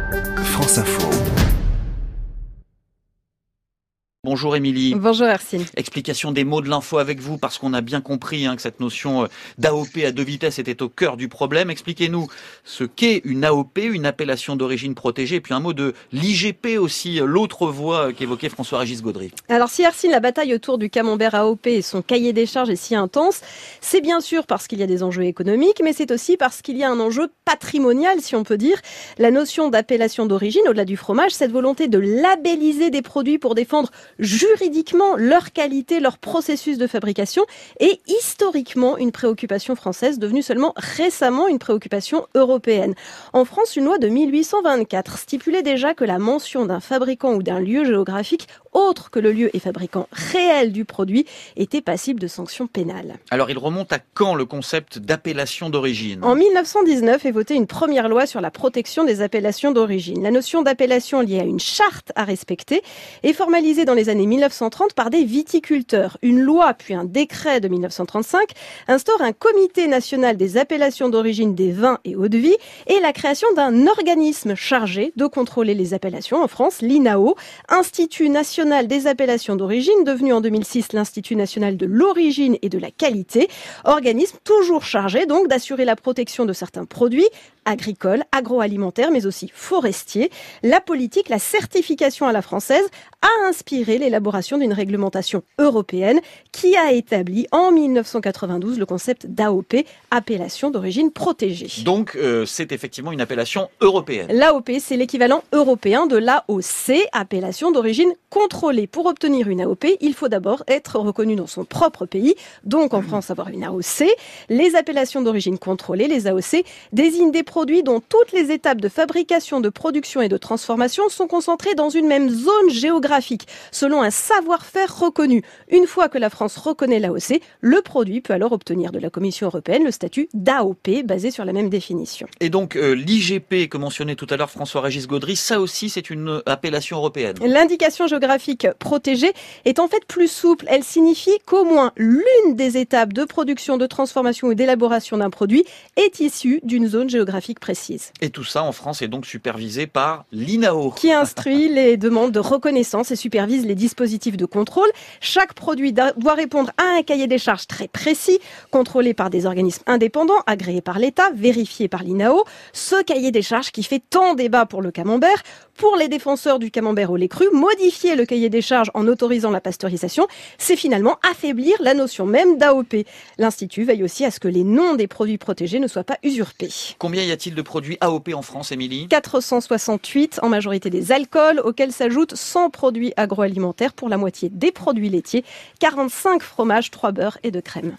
France Info. Bonjour Émilie. Bonjour Hercine. Explication des mots de l'info avec vous parce qu'on a bien compris que cette notion d'AOP à deux vitesses était au cœur du problème. Expliquez-nous ce qu'est une AOP, une appellation d'origine protégée, et puis un mot de l'IGP aussi, l'autre voie qu'évoquait François-Régis Gaudry. Alors si Hercine, la bataille autour du camembert AOP et son cahier des charges est si intense, c'est bien sûr parce qu'il y a des enjeux économiques, mais c'est aussi parce qu'il y a un enjeu patrimonial, si on peut dire. La notion d'appellation d'origine, au-delà du fromage, cette volonté de labelliser des produits pour défendre juridiquement leur qualité, leur processus de fabrication est historiquement une préoccupation française, devenue seulement récemment une préoccupation européenne. En France, une loi de 1824 stipulait déjà que la mention d'un fabricant ou d'un lieu géographique autre que le lieu et fabricant réel du produit était passible de sanctions pénales. Alors il remonte à quand le concept d'appellation d'origine ? En 1919 est votée une première loi sur la protection des appellations d'origine. La notion d'appellation liée à une charte à respecter est formalisée dans les années 1930 par des viticulteurs. Une loi puis un décret de 1935 instaure un comité national des appellations d'origine des vins et eaux-de-vie et la création d'un organisme chargé de contrôler les appellations en France, l'INAO, Institut national des appellations d'origine, devenu en 2006 l'Institut national de l'origine et de la qualité, organisme toujours chargé donc d'assurer la protection de certains produits agricoles, agroalimentaires, mais aussi forestiers. La politique, la certification à la française a inspiré l'élaboration d'une réglementation européenne qui a établi en 1992 le concept d'AOP, appellation d'origine protégée. Donc c'est effectivement une appellation européenne. L'AOP, c'est l'équivalent européen de l'AOC, appellation d'origine contrôlée. Pour obtenir une AOP, il faut d'abord être reconnu dans son propre pays, donc en France avoir une AOC. Les appellations d'origine contrôlée, les AOC, désignent des produits dont toutes les étapes de fabrication, de production et de transformation sont concentrées dans une même zone géographique, selon un savoir-faire reconnu. Une fois que la France reconnaît l'AOC, le produit peut alors obtenir de la Commission européenne le statut d'AOP, basé sur la même définition. Et donc l'IGP que mentionnait tout à l'heure François-Régis Gaudry, ça aussi c'est une appellation européenne. L'indication géographique protégée est en fait plus souple. Elle signifie qu'au moins l'une des étapes de production, de transformation ou d'élaboration d'un produit est issue d'une zone géographique précise. Et tout ça en France est donc supervisé par l'INAO. Qui instruit les demandes de reconnaissance et supervise les dispositifs de contrôle. Chaque produit doit répondre à un cahier des charges très précis, contrôlé par des organismes indépendants, agréés par l'État, vérifiés par l'INAO. Ce cahier des charges qui fait tant débat pour le camembert, pour les défenseurs du camembert au lait cru, modifier le cahier des charges en autorisant la pasteurisation, c'est finalement affaiblir la notion même d'AOP. L'Institut veille aussi à ce que les noms des produits protégés ne soient pas usurpés. Combien y a-t-il de produits AOP en France, Émilie ? 468, en majorité des alcools, auxquels s'ajoutent 100 produits agroalimentaires pour la moitié des produits laitiers, 45 fromages, 3 beurres et 2 crèmes.